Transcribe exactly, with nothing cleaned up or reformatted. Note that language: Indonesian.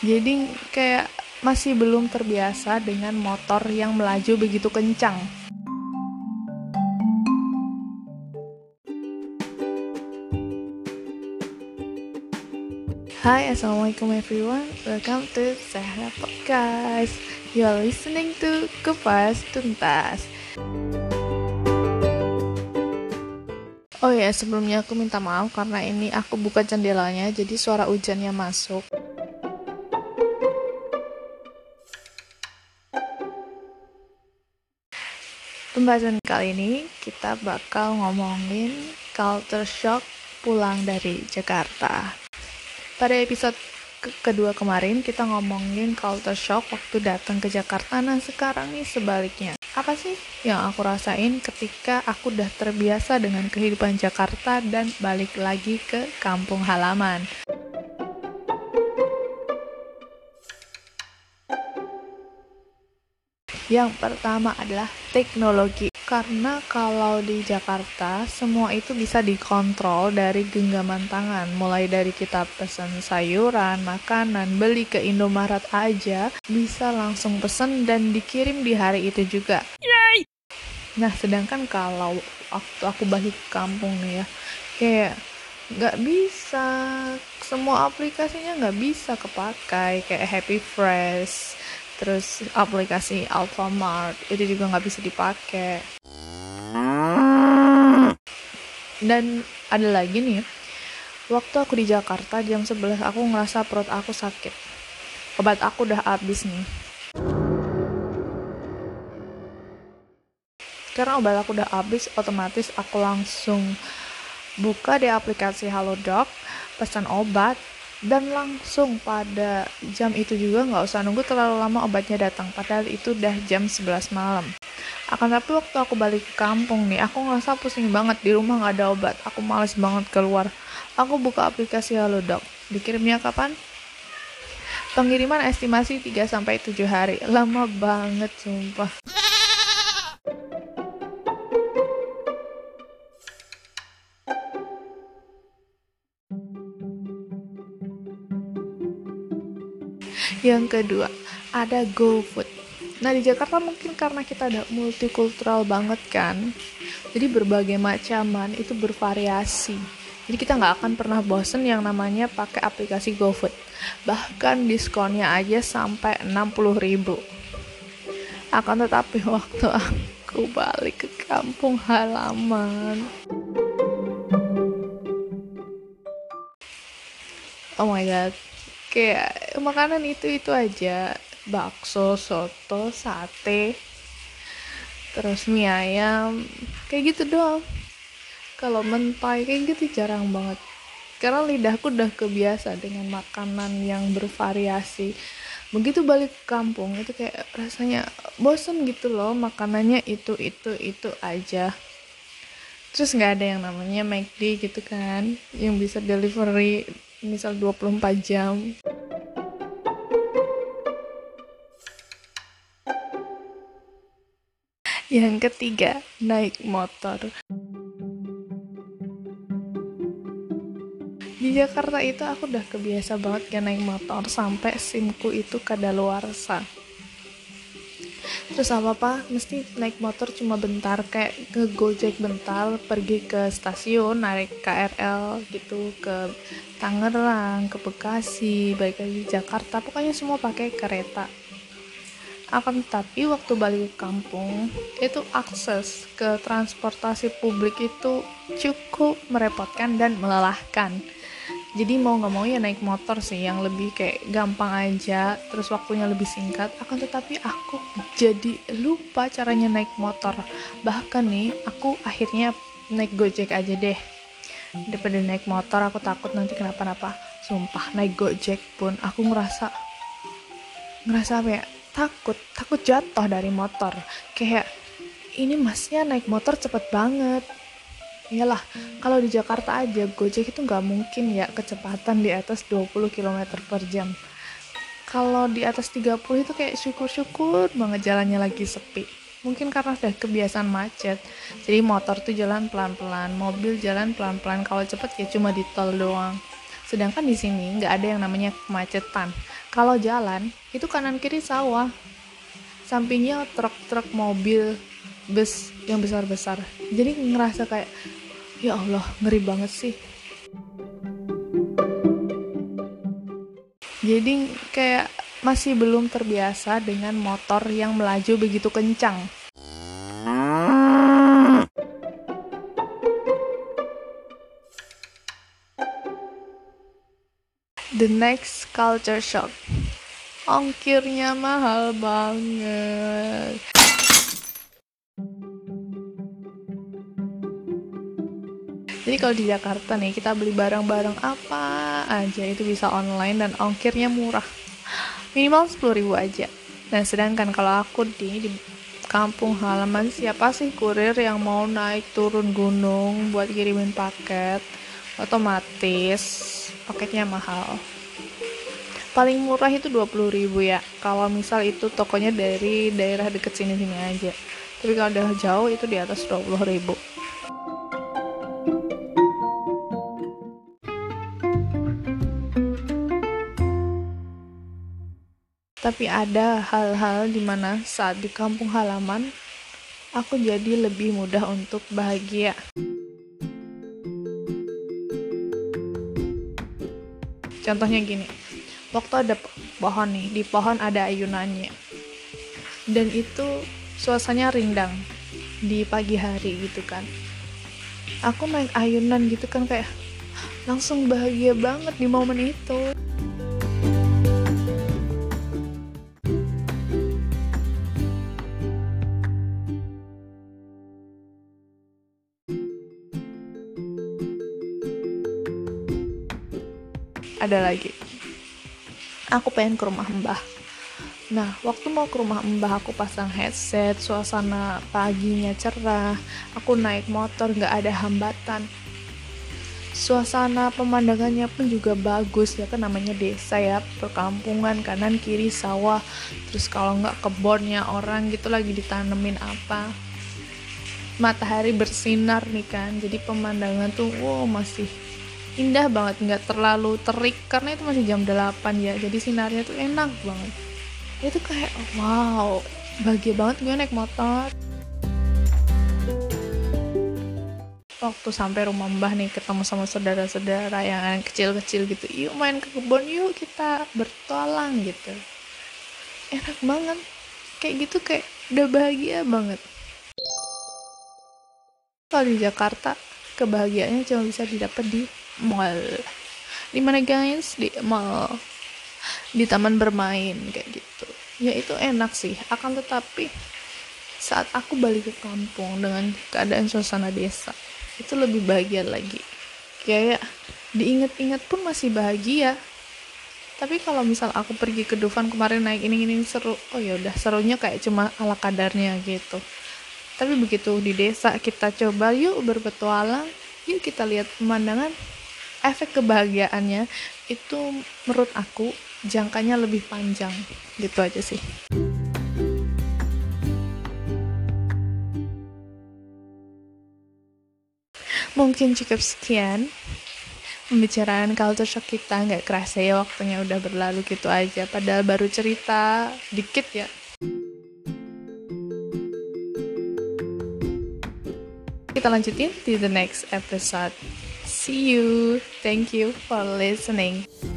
Jadi kayak masih belum terbiasa dengan motor yang melaju begitu kencang. Hai, assalamualaikum everyone. Welcome to Zahra Podcast. You are listening to Kupas Tuntas. Oh ya, sebelumnya aku minta maaf karena ini aku buka jendelanya, jadi suara hujannya masuk. Pembahasan kali ini kita bakal ngomongin culture shock pulang dari Jakarta. Pada episode ke- kedua kemarin kita ngomongin culture shock waktu datang ke Jakarta. Nah sekarang nih sebaliknya. Apa sih yang aku rasain ketika aku udah terbiasa dengan kehidupan Jakarta dan balik lagi ke kampung halaman? Yang pertama adalah teknologi. Karena kalau di Jakarta, semua itu bisa dikontrol dari genggaman tangan. Mulai dari kita pesan sayuran, makanan, beli ke Indomaret aja, bisa langsung pesen dan dikirim di hari itu juga. Yay! Nah, sedangkan kalau waktu aku balik ke kampung nih ya, kayak nggak bisa, semua aplikasinya nggak bisa kepakai, kayak Happy Fresh, terus aplikasi Alfamart itu juga nggak bisa dipakai. Dan ada lagi nih, waktu aku di Jakarta jam sebelas aku ngerasa perut aku sakit, obat aku udah habis nih. Karena obat aku udah habis, otomatis aku langsung buka di aplikasi Halodoc, pesan obat, dan langsung pada jam itu juga nggak usah nunggu terlalu lama obatnya datang, padahal itu udah jam sebelas malam. Akan tapi waktu aku balik ke kampung nih, aku ngerasa pusing banget, di rumah nggak ada obat, aku males banget keluar. Aku buka aplikasi Halodoc, dikirimnya kapan? Pengiriman estimasi tiga sampai tujuh hari, lama banget sumpah. Yang kedua, ada GoFood. Nah, di Jakarta mungkin karena kita ada multikultural banget kan, jadi berbagai macaman itu bervariasi. Jadi kita nggak akan pernah bosen yang namanya pakai aplikasi GoFood. Bahkan diskonnya aja sampai enam puluh ribu. Akan tetapi waktu aku balik ke kampung halaman, oh my god, kayak makanan itu-itu aja. Bakso, soto, sate, terus mie ayam, kayak gitu doang. Kalau mentai kayak gitu jarang banget. Karena lidahku udah kebiasa dengan makanan yang bervariasi. Begitu balik ke kampung itu kayak rasanya bosen gitu loh, makanannya itu itu itu aja. Terus nggak ada yang namanya McD gitu kan, yang bisa delivery misal dua puluh empat jam. Yang ketiga, naik motor. Di Jakarta itu aku udah kebiasa banget kan naik motor sampai SIMku itu kadaluarsa. Terus apa-apa mesti naik motor cuma bentar, kayak ke Gojek bentar, pergi ke stasiun, naik K R L gitu ke Tangerang, ke Bekasi, balik lagi Jakarta, pokoknya semua pakai kereta. Akan tetapi waktu balik ke kampung, itu akses ke transportasi publik itu cukup merepotkan dan melelahkan. Jadi mau gak mau ya naik motor sih, yang lebih kayak gampang aja, terus waktunya lebih singkat. Akan tetapi aku jadi lupa caranya naik motor. Bahkan nih, aku akhirnya naik Gojek aja deh. Daripada naik motor, aku takut nanti kenapa-napa. Sumpah, naik Gojek pun aku ngerasa, ngerasa apa ya, takut, takut jatuh dari motor. Kayak, ini masnya naik motor cepet banget. Iyalah, kalau di Jakarta aja Gojek itu nggak mungkin ya kecepatan di atas dua puluh kilometer per jam. Kalau di atas tiga puluh itu kayak syukur-syukur banget jalannya lagi sepi. Mungkin karena udah kebiasaan macet. Jadi motor tuh jalan pelan-pelan, mobil jalan pelan-pelan. Kalau cepet ya cuma di tol doang. Sedangkan di sini nggak ada yang namanya kemacetan. Kalau jalan itu kanan kiri sawah, sampingnya truk-truk, mobil, bus yang besar-besar. Jadi ngerasa kayak, ya Allah, ngeri banget sih. Jadi kayak masih belum terbiasa dengan motor yang melaju begitu kencang. The next culture shock. Ongkirnya mahal banget. Jadi kalau di Jakarta nih, kita beli barang-barang apa aja itu bisa online dan ongkirnya murah. Minimal sepuluh ribu aja. Nah, sedangkan kalau aku di, di kampung halaman, siapa sih kurir yang mau naik turun gunung buat kirimin paket? Otomatis paketnya mahal. Paling murah itu dua puluh ribu ya, kalau misal itu tokonya dari daerah deket sini-sini aja. Tapi kalau udah jauh itu di atas dua puluh ribu. Tapi ada hal-hal dimana saat di kampung halaman aku jadi lebih mudah untuk bahagia. Contohnya gini, waktu ada pohon nih, di pohon ada ayunannya, dan itu suasananya rindang di pagi hari gitu kan. Aku naik ayunan gitu kan, kayak langsung bahagia banget di momen itu. Ada lagi, aku pengen ke rumah mbah. Nah, waktu mau ke rumah mbah aku pasang headset, suasana paginya cerah, aku naik motor gak ada hambatan. Suasana pemandangannya pun juga bagus ya kan, namanya desa ya, perkampungan, kanan kiri sawah, terus kalau nggak kebunnya orang gitu lagi ditanemin apa. Matahari bersinar nih kan, jadi pemandangan tuh wow masih indah banget, nggak terlalu terik karena itu masih jam delapan ya, jadi sinarnya tuh enak banget. Itu kayak wow, bahagia banget gue naik motor. Waktu sampai rumah mbah nih, ketemu sama saudara-saudara yang kecil-kecil gitu, yuk main ke kebun, yuk kita bertualang gitu. Enak banget, kayak gitu kayak udah bahagia banget. Kalau di Jakarta, kebahagiaannya cuma bisa didapat di mall. Di mana guys? Di mall, di taman bermain kayak gitu. Ya itu enak sih. Akan tetapi saat aku balik ke kampung dengan keadaan suasana desa, itu lebih bahagia lagi. Kayak diinget-inget pun masih bahagia. Tapi kalau misal aku pergi ke Dufan kemarin naik ini ini seru, oh ya udah serunya kayak cuma ala kadarnya gitu. Tapi begitu di desa kita coba yuk berpetualang, yuk kita lihat pemandangan, efek kebahagiaannya itu menurut aku jangkanya lebih panjang. Gitu aja sih. Mungkin cukup sekian pembicaraan culture shock kita. Nggak kerasa ya waktunya udah berlalu gitu aja, padahal baru cerita dikit ya. Kita lanjutin di the next episode. See you. Thank you for listening.